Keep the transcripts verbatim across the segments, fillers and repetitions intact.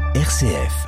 R C F.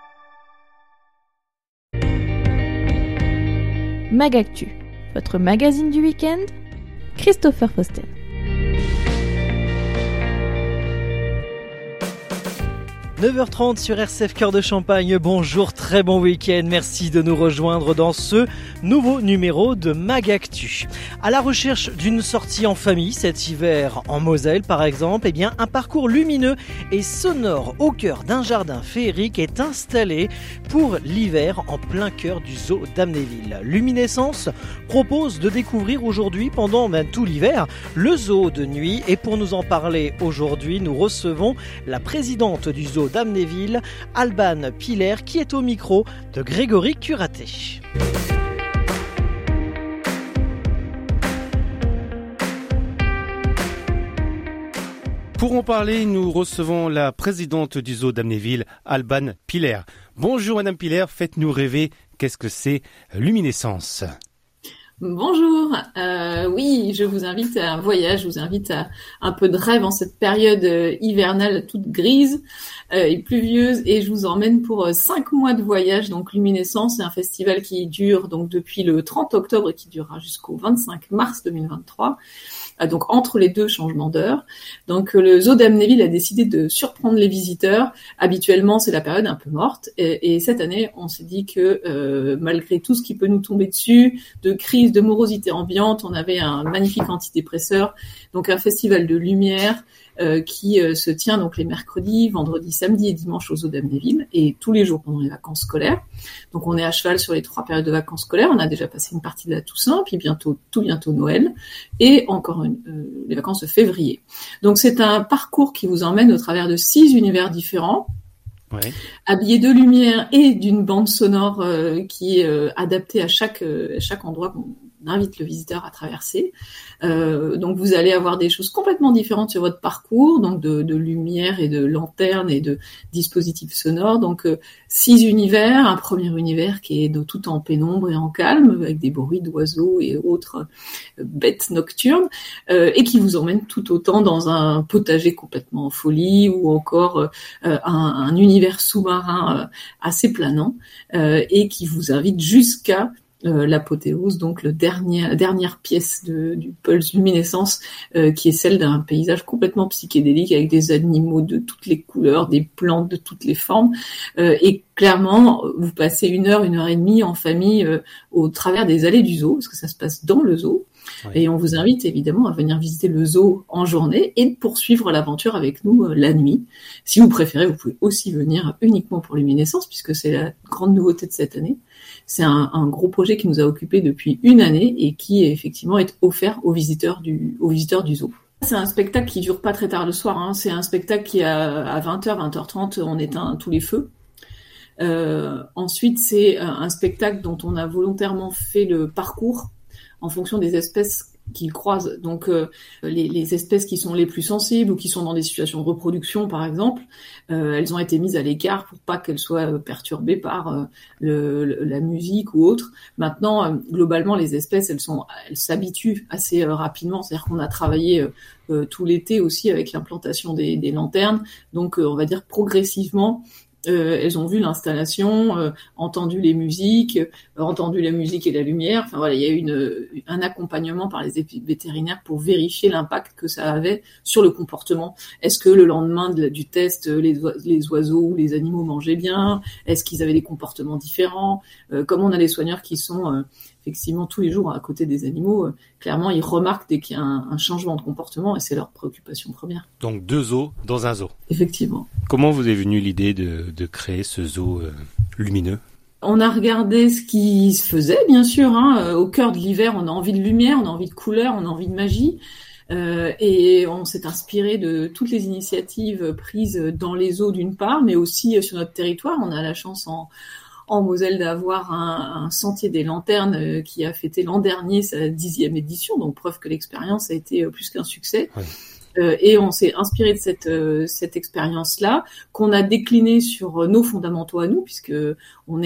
Magactu, votre magazine du week-end, Christopher Fausten. neuf heures trente sur R C F Cœur de Champagne, bonjour, très bon week-end, merci de nous rejoindre dans ce nouveau numéro de Magactu. À la recherche d'une sortie en famille cet hiver en Moselle par exemple, eh bien un parcours lumineux et sonore au cœur d'un jardin féerique est installé pour l'hiver en plein cœur du zoo d'Amnéville. Luminescence propose de découvrir aujourd'hui pendant ben, tout l'hiver le zoo de nuit et pour nous en parler aujourd'hui, nous recevons la présidente du zoo d'Amnéville, Alban Piller, qui est au micro de Grégory Curaté. Pour en parler, nous recevons la présidente du zoo d'Amnéville, Alban Piller. Bonjour Madame Piller, faites-nous rêver, qu'est-ce que c'est Luminescence ? Bonjour, euh, oui, je vous invite à un voyage, je vous invite à un peu de rêve en cette période hivernale toute grise euh, et pluvieuse et je vous emmène pour cinq mois de voyage. Donc Luminescence, c'est un festival qui dure donc depuis le trente octobre et qui durera jusqu'au vingt-cinq mars deux mille vingt-trois. Donc entre les deux changements d'heure. Donc le zoo d'Amnéville a décidé de surprendre les visiteurs. Habituellement, c'est la période un peu morte. Et, et cette année, on s'est dit que euh, malgré tout ce qui peut nous tomber dessus, de crise, de morosité ambiante, on avait un magnifique antidépresseur. Donc un festival de lumière euh, qui euh, se tient donc les mercredis, vendredis, samedis et dimanches au zoo d'Amnéville et tous les jours pendant les vacances scolaires. Donc on est à cheval sur les trois périodes de vacances scolaires. On a déjà passé une partie de la Toussaint, puis bientôt, tout bientôt Noël et encore une, euh, les vacances de février. Donc c'est un parcours qui vous emmène au travers de six univers différents. Ouais. Habillé de lumière et d'une bande sonore euh, qui est euh, adaptée à chaque, euh, chaque endroit qu'on invite le visiteur à traverser. Euh, donc vous allez avoir des choses complètement différentes sur votre parcours, donc de, de lumière et de lanternes et de dispositifs sonores. Donc euh, six univers, un premier univers qui est de, tout en pénombre et en calme, avec des bruits d'oiseaux et autres euh, bêtes nocturnes, euh, et qui vous emmène tout autant dans un potager complètement en folie ou encore euh, un, un univers sous-marin euh, assez planant euh, et qui vous invite jusqu'à Euh, l'apothéose, donc le dernier, la dernière pièce de, du Pulse Luminescence, euh, qui est celle d'un paysage complètement psychédélique avec des animaux de toutes les couleurs, des plantes de toutes les formes, euh, et clairement, vous passez une heure, une heure et demie en famille euh, au travers des allées du zoo, parce que ça se passe dans le zoo. Oui. Et on vous invite évidemment à venir visiter le zoo en journée et de poursuivre l'aventure avec nous euh, la nuit. Si vous préférez, vous pouvez aussi venir uniquement pour Luminescence, puisque c'est la grande nouveauté de cette année. C'est un, un gros projet qui nous a occupés depuis une année et qui effectivement est offert aux visiteurs du, aux visiteurs du zoo. C'est un spectacle qui dure pas très tard le soir, hein. C'est un spectacle qui a, à vingt heures, vingt heures trente, on éteint tous les feux. Euh, ensuite, c'est un spectacle dont on a volontairement fait le parcours en fonction des espèces qu'ils croisent. Donc euh, les, les espèces qui sont les plus sensibles ou qui sont dans des situations de reproduction, par exemple, euh, elles ont été mises à l'écart pour pas qu'elles soient perturbées par euh, le, le, la musique ou autre. Maintenant, euh, globalement, les espèces, elles sont, elles s'habituent assez euh, rapidement. C'est-à-dire qu'on a travaillé euh, euh, tout l'été aussi avec l'implantation des, des lanternes. Donc, euh, on va dire progressivement. Euh, elles ont vu l'installation, euh, entendu les musiques, euh, entendu la musique et la lumière. Enfin voilà, il y a eu une, un accompagnement par les équipes vétérinaires pour vérifier l'impact que ça avait sur le comportement. Est-ce que le lendemain de, du test, les, les oiseaux ou les animaux mangeaient bien ? Est-ce qu'ils avaient des comportements différents ? euh, Comme on a des soigneurs qui sont euh, effectivement tous les jours à côté des animaux, euh, clairement ils remarquent dès qu'il y a un, un changement de comportement et c'est leur préoccupation première. Donc deux zoos dans un zoo. Effectivement. Comment vous est venue l'idée de, de créer ce zoo euh, lumineux ? On a regardé ce qui se faisait, bien sûr. Hein. Au cœur de l'hiver, on a envie de lumière, on a envie de couleur, on a envie de magie. Euh, et on s'est inspiré de toutes les initiatives prises dans les zoos d'une part, mais aussi sur notre territoire. On a la chance en, en Moselle d'avoir un, un sentier des lanternes qui a fêté l'an dernier sa dixième édition, donc preuve que l'expérience a été plus qu'un succès. Oui. Euh, et on s'est inspiré de cette, euh, cette expérience-là, qu'on a déclinée sur nos fondamentaux à nous, puisque on est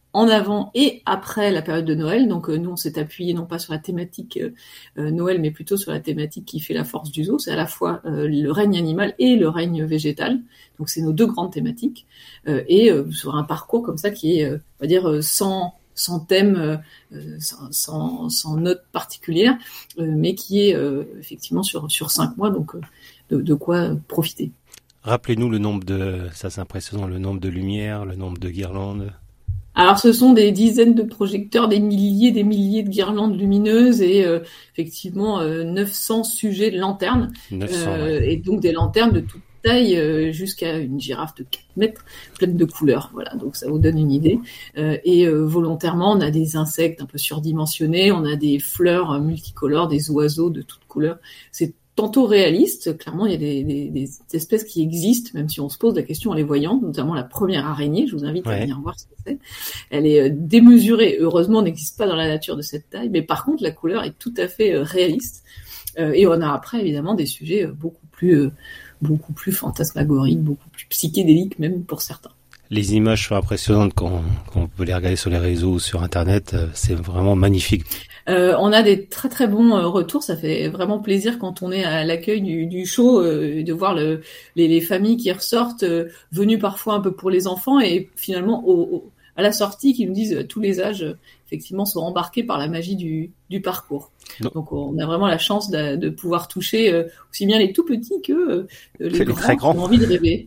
en avant et après la période de Noël. Donc euh, nous, on s'est appuyé non pas sur la thématique euh, Noël, mais plutôt sur la thématique qui fait la force du zoo. C'est à la fois euh, le règne animal et le règne végétal. Donc c'est nos deux grandes thématiques. Euh, et euh, sur un parcours comme ça qui est, euh, on va dire, euh, sans sans thème, euh, sans, sans, sans note particulière, euh, mais qui est euh, effectivement sur sur cinq mois, donc euh, de, de quoi profiter. Rappelez-nous le nombre de, ça c'est impressionnant, le nombre de lumières, le nombre de guirlandes. Alors ce sont des dizaines de projecteurs, des milliers, des milliers de guirlandes lumineuses et euh, effectivement euh, neuf cents sujets de lanternes, neuf cents, euh, ouais. et donc des lanternes de toute taille euh, jusqu'à une girafe de quatre mètres pleine de couleurs. Voilà, donc ça vous donne une idée. Euh, et euh, volontairement, on a des insectes un peu surdimensionnés, on a des fleurs euh, multicolores, des oiseaux de toutes couleurs. C'est tantôt réaliste, clairement il y a des, des, des espèces qui existent, même si on se pose la question en les voyant, notamment la première araignée, je vous invite ouais. à venir voir ce que c'est. Elle est euh, démesurée, heureusement elle n'existe pas dans la nature de cette taille, mais par contre la couleur est tout à fait euh, réaliste. Euh, et on a après évidemment des sujets euh, beaucoup plus... Euh, beaucoup plus fantasmagoriques, beaucoup plus psychédéliques même pour certains. Les images sont impressionnantes quand, quand on peut les regarder sur les réseaux ou sur Internet, c'est vraiment magnifique. Euh, on a des très très bons euh, retours, ça fait vraiment plaisir quand on est à l'accueil du, du show euh, de voir le, les, les familles qui ressortent, euh, venues parfois un peu pour les enfants et finalement au, au, à la sortie qui nous disent euh, tous les âges euh, effectivement sont embarqués par la magie du, du parcours. Non. Donc on a vraiment la chance de, de pouvoir toucher euh, aussi bien les tout petits que euh, les, les grands, grands qui ont envie de rêver.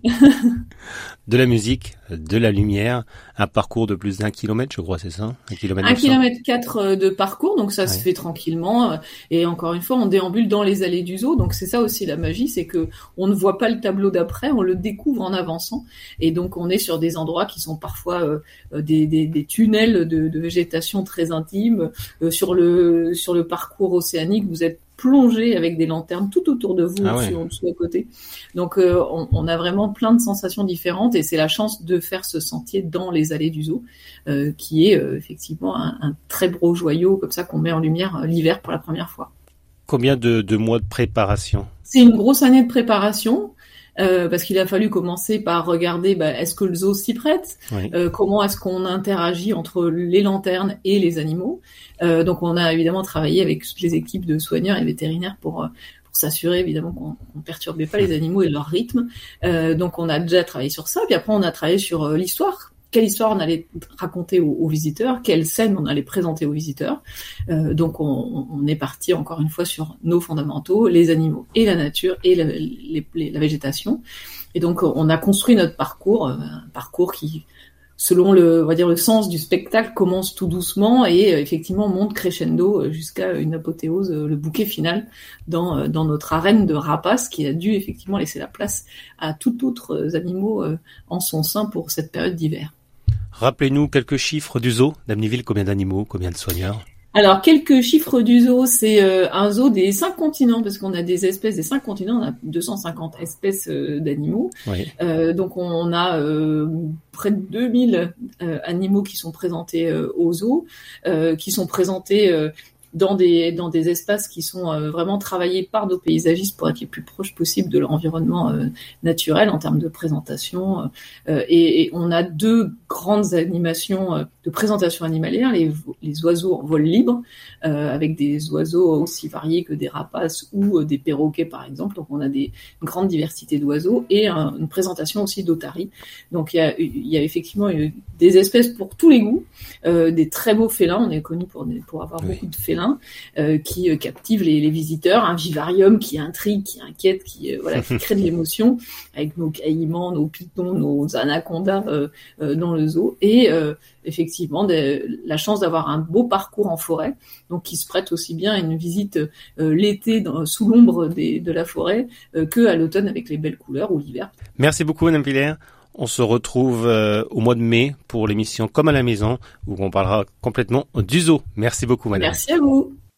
De la musique, de la lumière, un parcours de plus d'un kilomètre, je crois, c'est ça? Un kilomètre. Un kilomètre quatre de parcours, donc ça ouais. se fait tranquillement. Et encore une fois, on déambule dans les allées du zoo. Donc c'est ça aussi la magie, c'est que on ne voit pas le tableau d'après, on le découvre en avançant. Et donc on est sur des endroits qui sont parfois euh, des, des, des tunnels de, de végétation très intimes. Euh, sur le sur le parcours océanique, vous êtes plongé avec des lanternes tout autour de vous, ah ouais. en dessous, à côté. Donc, euh, on, on a vraiment plein de sensations différentes et c'est la chance de faire ce sentier dans les allées du zoo, euh, qui est euh, effectivement un, un très beau joyau comme ça qu'on met en lumière euh, l'hiver pour la première fois. Combien de, de mois de préparation? C'est une grosse année de préparation. Euh, parce qu'il a fallu commencer par regarder bah, est-ce que le zoo s'y prête, oui. euh, comment est-ce qu'on interagit entre les lanternes et les animaux. Euh, donc on a évidemment travaillé avec toutes les équipes de soigneurs et vétérinaires pour, pour s'assurer évidemment qu'on ne perturbait pas les animaux et leur rythme. Euh, donc on a déjà travaillé sur ça, puis après on a travaillé sur euh, l'histoire. Quelle histoire on allait raconter aux, aux visiteurs, quelle scène on allait présenter aux visiteurs. Euh, donc on, on est parti encore une fois sur nos fondamentaux, les animaux et la nature et la, les, les, la végétation. Et donc on a construit notre parcours, un parcours qui, selon le, on va dire le sens du spectacle, commence tout doucement et effectivement monte crescendo jusqu'à une apothéose, le bouquet final dans dans notre arène de rapaces qui a dû effectivement laisser la place à tout autres animaux en son sein pour cette période d'hiver. Rappelez-nous quelques chiffres du zoo d'Amnéville, combien d'animaux, combien de soigneurs? Alors, quelques chiffres du zoo, c'est euh, un zoo des cinq continents, parce qu'on a des espèces des cinq continents, on a deux cent cinquante espèces euh, d'animaux. Oui. Euh, donc, on a euh, près de deux mille euh, animaux qui sont présentés euh, au zoo, euh, qui sont présentés euh, dans des dans des espaces qui sont euh, vraiment travaillés par nos paysagistes pour être les plus proches possibles de leur environnement euh, naturel en termes de présentation. Euh, et, et on a deux grandes animations euh, de présentation animalière, les, les oiseaux en vol libre, euh, avec des oiseaux aussi variés que des rapaces ou euh, des perroquets par exemple. Donc on a des, une grande diversité d'oiseaux et un, une présentation aussi d'otaries. Donc il y a, il y a effectivement des espèces pour tous les goûts, euh, des très beaux félins. On est connu pour, pour avoir oui. beaucoup de félins. Euh, qui euh, captive les, les visiteurs, un vivarium qui intrigue, qui inquiète, qui euh, voilà, qui crée de l'émotion avec nos caïmans, nos pitons, nos anacondas euh, euh, dans le zoo et euh, effectivement de, la chance d'avoir un beau parcours en forêt, donc qui se prête aussi bien à une visite euh, l'été dans, sous l'ombre des, de la forêt euh, que à l'automne avec les belles couleurs ou l'hiver. Merci beaucoup Madame Piller. On se retrouve euh, au mois de mai pour l'émission Comme à la maison où on parlera complètement du zoo. Merci beaucoup Madame. Merci à vous.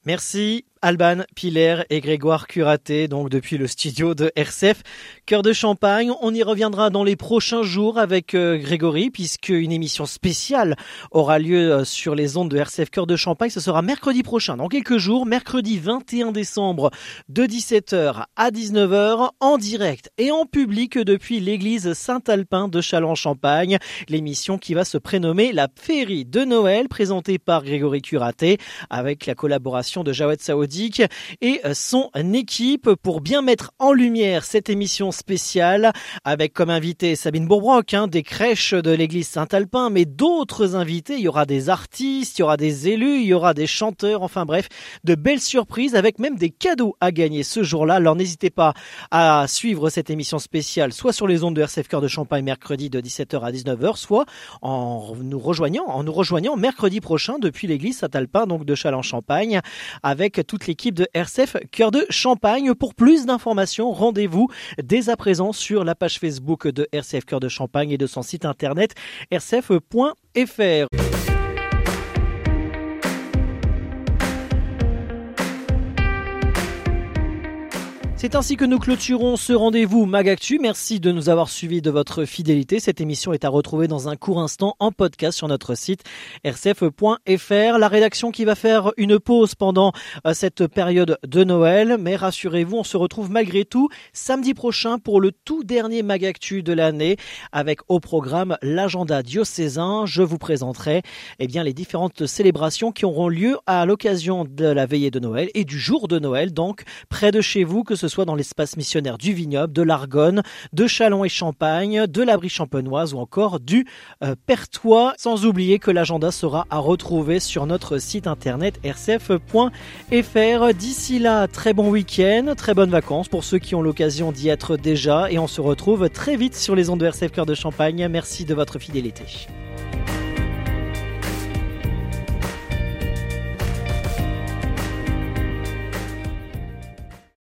Merci Alban Piller et Grégoire Curaté, donc depuis le studio de R C F Cœur de Champagne. On y reviendra dans les prochains jours avec euh, Grégory, puisque une émission spéciale aura lieu euh, sur les ondes de R C F Cœur de Champagne. Ce sera mercredi prochain, dans quelques jours, mercredi vingt et un décembre, de dix-sept heures à dix-neuf heures, en direct et en public depuis l'église Saint-Alpin de Châlons-en-Champagne. L'émission qui va se prénommer La Féerie de Noël, présentée par Grégory Curaté, avec la collaboration de Jawed Saoudi et son équipe pour bien mettre en lumière cette émission spéciale avec comme invité Sabine Bourbrock, hein, des crèches de l'église Saint-Alpin, mais d'autres invités. Il y aura des artistes, il y aura des élus, il y aura des chanteurs, enfin bref, de belles surprises avec même des cadeaux à gagner ce jour-là. Alors n'hésitez pas à suivre cette émission spéciale soit sur les ondes de R C F Cœur de Champagne mercredi de dix-sept heures à dix-neuf heures, soit en nous rejoignant, en nous rejoignant mercredi prochain depuis l'église Saint-Alpin, donc de Châlons-en-Champagne, avec toute l'équipe de R C F Cœur de Champagne. Pour plus d'informations, rendez-vous dès à présent sur la page Facebook de R C F Cœur de Champagne et de son site internet r c f point f r. C'est ainsi que nous clôturons ce rendez-vous Magactu. Merci de nous avoir suivis, de votre fidélité. Cette émission est à retrouver dans un court instant en podcast sur notre site r c f point f r. La rédaction qui va faire une pause pendant cette période de Noël. Mais rassurez-vous, on se retrouve malgré tout samedi prochain pour le tout dernier Magactu de l'année, avec au programme l'agenda diocésain. Je vous présenterai eh bien, les différentes célébrations qui auront lieu à l'occasion de la veillée de Noël et du jour de Noël, donc près de chez vous, que ce soit soit dans l'espace missionnaire du Vignoble, de l'Argonne, de Châlons et Champagne, de la Brie champenoise ou encore du euh, Pertois. Sans oublier que l'agenda sera à retrouver sur notre site internet r c f point f r. D'ici là, très bon week-end, très bonnes vacances pour ceux qui ont l'occasion d'y être déjà, et on se retrouve très vite sur les ondes de R C F Cœur de Champagne. Merci de votre fidélité.